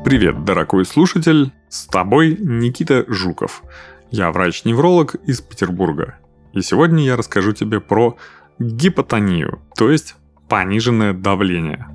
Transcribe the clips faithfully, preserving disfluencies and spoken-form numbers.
Привет, дорогой слушатель, с тобой Никита Жуков. Я врач-невролог из Петербурга. И сегодня я расскажу тебе про гипотонию, то есть пониженное давление.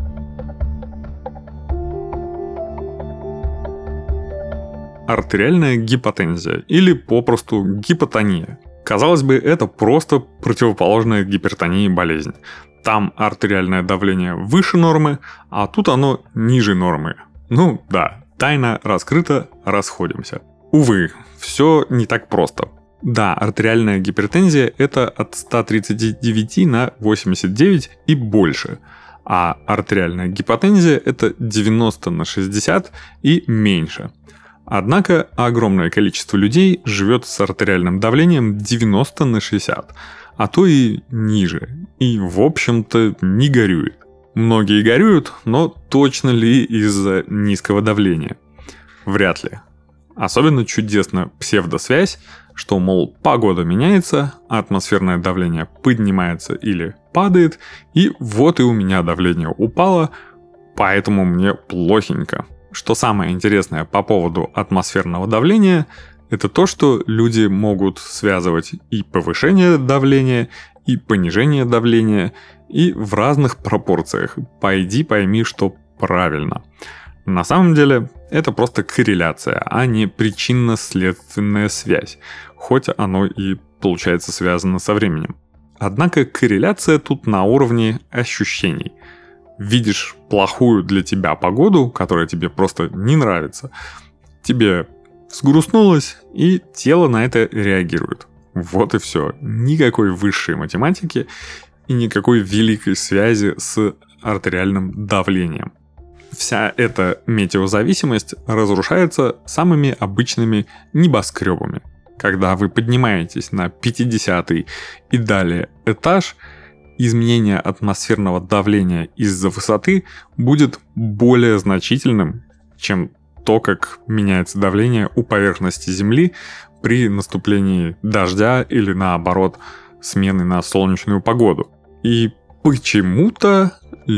Артериальная гипотензия или попросту гипотония. Казалось бы, это просто противоположная гипертонии болезнь. Там артериальное давление выше нормы, а тут оно ниже нормы. Ну да, тайна раскрыта, расходимся. Увы, все не так просто. Да, артериальная гипертензия – это от ста тридцати девяти на восемьдесят девять и больше. А артериальная гипотензия – это девяносто на шестьдесят и меньше. Однако огромное количество людей живет с артериальным давлением девяносто на шестьдесят, а то и ниже. И, в общем-то, не горюет. Многие горюют, но точно ли из-за низкого давления? Вряд ли. Особенно чудесна псевдосвязь, что, мол, погода меняется, атмосферное давление поднимается или падает, и вот и у меня давление упало, поэтому мне плохенько. Что самое интересное по поводу атмосферного давления, это то, что люди могут связывать и повышение давления, и понижение давления, и в разных пропорциях. Пойди пойми, что правильно. На самом деле, это просто корреляция, а не причинно-следственная связь, хоть оно и получается связано со временем. Однако корреляция тут на уровне ощущений. Видишь плохую для тебя погоду, которая тебе просто не нравится, тебе сгрустнулось, и тело на это реагирует. Вот и все. Никакой высшей математики и никакой великой связи с артериальным давлением. Вся эта метеозависимость разрушается самыми обычными небоскребами. Когда вы поднимаетесь на пятидесятый и далее этаж, изменение атмосферного давления из-за высоты будет более значительным, чем то, как меняется давление у поверхности Земли при наступлении дождя или, наоборот, смены на солнечную погоду. И почему-то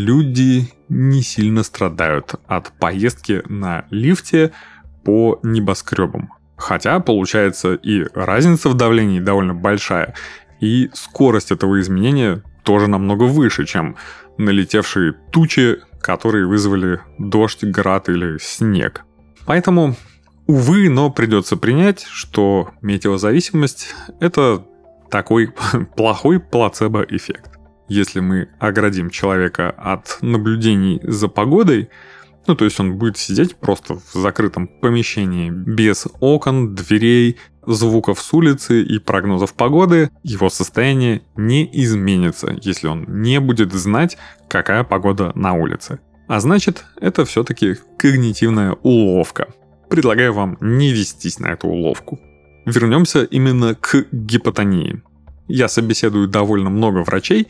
люди не сильно страдают от поездки на лифте по небоскребам. Хотя, получается, и разница в давлении довольно большая, и скорость этого изменения тоже намного выше, чем налетевшие тучи, которые вызвали дождь, град или снег. Поэтому, увы, но придется принять, что метеозависимость – это такой плохой плацебо-эффект. Если мы оградим человека от наблюдений за погодой, ну то есть он будет сидеть просто в закрытом помещении без окон, дверей, звуков с улицы и прогнозов погоды, его состояние не изменится, если он не будет знать, какая погода на улице. А значит, это все-таки когнитивная уловка. Предлагаю вам не вестись на эту уловку. Вернемся именно к гипотонии. Я собеседую довольно много врачей,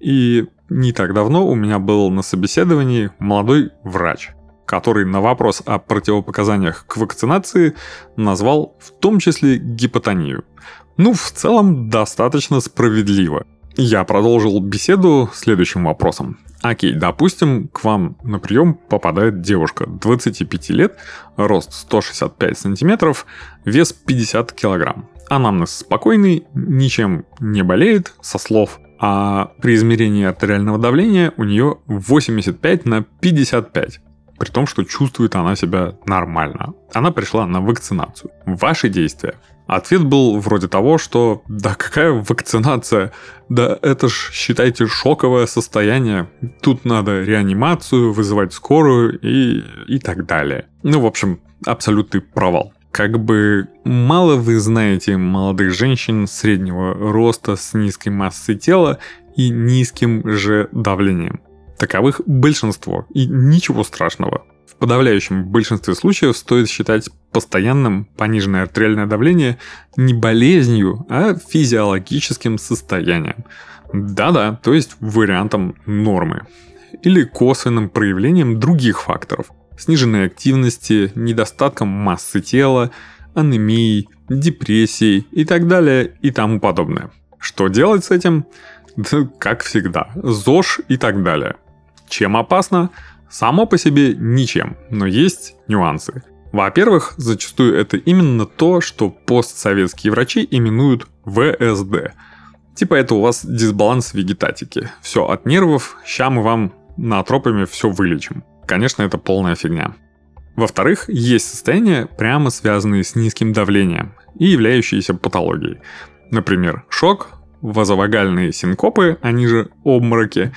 и не так давно у меня был на собеседовании молодой врач, который на вопрос о противопоказаниях к вакцинации назвал в том числе гипотонию. Ну, в целом, достаточно справедливо. Я продолжил беседу следующим вопросом. Окей, допустим, к вам на прием попадает девушка двадцати пяти лет, рост сто шестьдесят пять сантиметров, вес пятьдесят килограмм. Анамнез спокойный, ничем не болеет, со слов, а при измерении артериального давления у нее восемьдесят пять на пятьдесят пять. При том, что чувствует она себя нормально. Она пришла на вакцинацию. Ваши действия. Ответ был вроде того, что да какая вакцинация? Да это ж, считайте, шоковое состояние. Тут надо реанимацию, вызывать скорую и, и так далее. Ну, в общем, абсолютный провал. Как бы мало вы знаете молодых женщин среднего роста с низкой массой тела и низким же давлением. Таковых большинство, и ничего страшного. В подавляющем большинстве случаев стоит считать постоянным пониженное артериальное давление не болезнью, а физиологическим состоянием. Да-да, то есть вариантом нормы. Или косвенным проявлением других факторов. Сниженной активности, недостатком массы тела, анемией, депрессией и так далее и тому подобное. Что делать с этим? Да, как всегда, ЗОЖ и так далее. Чем опасно? Само по себе ничем, но есть нюансы. Во-первых, зачастую это именно то, что постсоветские врачи именуют вэ эс дэ. Типа это у вас дисбаланс вегетатики. Все от нервов, ща мы вам ноотропами все вылечим. Конечно, это полная фигня. Во-вторых, есть состояния, прямо связанные с низким давлением и являющиеся патологией. Например, шок, вазовагальные синкопы, они же обмороки,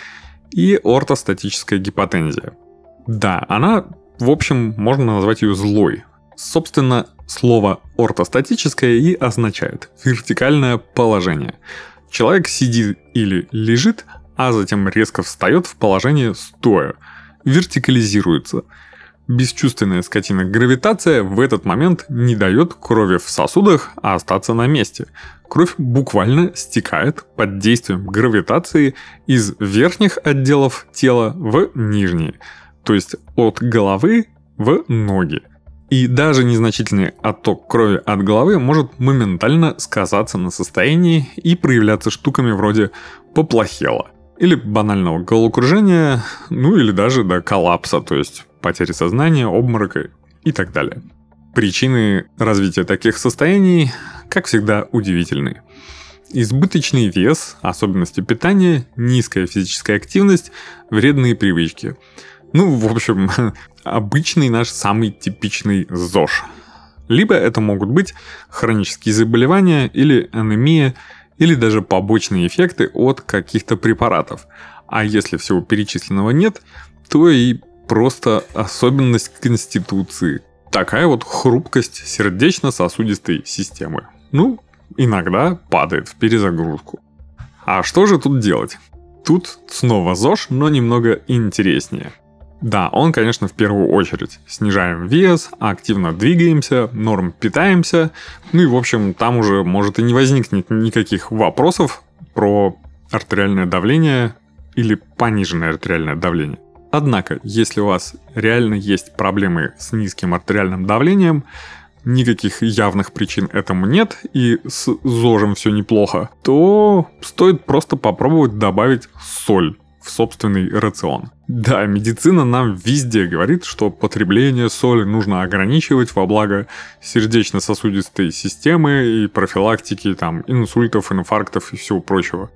и ортостатическая гипотензия. Да, она, в общем, можно назвать ее злой. Собственно, слово ортостатическое и означает вертикальное положение. Человек сидит или лежит, а затем резко встает в положение стоя, вертикализируется. Бесчувственная скотина гравитация в этот момент не дает крови в сосудах остаться на месте. Кровь буквально стекает под действием гравитации из верхних отделов тела в нижние, то есть от головы в ноги. И даже незначительный отток крови от головы может моментально сказаться на состоянии и проявляться штуками вроде «поплохело» или банального головокружения, ну или даже до коллапса, то есть потери сознания, обморока и так далее. Причины развития таких состояний, как всегда, удивительны. Избыточный вес, особенности питания, низкая физическая активность, вредные привычки. Ну, в общем, обычный наш самый типичный ЗОЖ. Либо это могут быть хронические заболевания или анемия, или даже побочные эффекты от каких-то препаратов. А если всего перечисленного нет, то и просто особенность конституции. Такая вот хрупкость сердечно-сосудистой системы. Ну, иногда падает в перезагрузку. А что же тут делать? Тут снова ЗОЖ, но немного интереснее. Да, он, конечно, в первую очередь. Снижаем вес, активно двигаемся, норм питаемся. Ну и, в общем, там уже может и не возникнет никаких вопросов про артериальное давление или пониженное артериальное давление. Однако, если у вас реально есть проблемы с низким артериальным давлением, никаких явных причин этому нет, и с ЗОЖем все неплохо, то стоит просто попробовать добавить соль в собственный рацион. Да, медицина нам везде говорит, что потребление соли нужно ограничивать во благо сердечно-сосудистой системы и профилактики там, инсультов, инфарктов и всего прочего.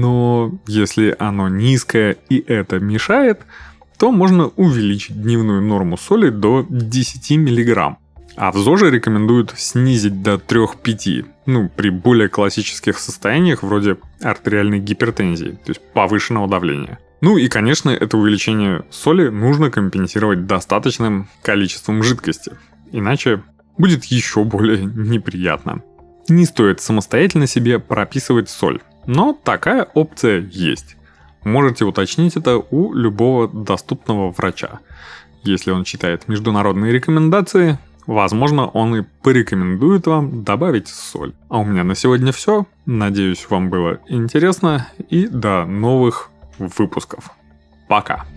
Но если оно низкое и это мешает, то можно увеличить дневную норму соли до десяти миллиграмм. А в ЗОЖе рекомендуют снизить до три-пять, ну, при более классических состояниях вроде артериальной гипертензии, то есть повышенного давления. Ну и, конечно, это увеличение соли нужно компенсировать достаточным количеством жидкости, иначе будет еще более неприятно. Не стоит самостоятельно себе прописывать соль, но такая опция есть. Можете уточнить это у любого доступного врача. Если он читает международные рекомендации, возможно, он и порекомендует вам добавить соль. А у меня на сегодня все. Надеюсь, вам было интересно. И до новых выпусков. Пока.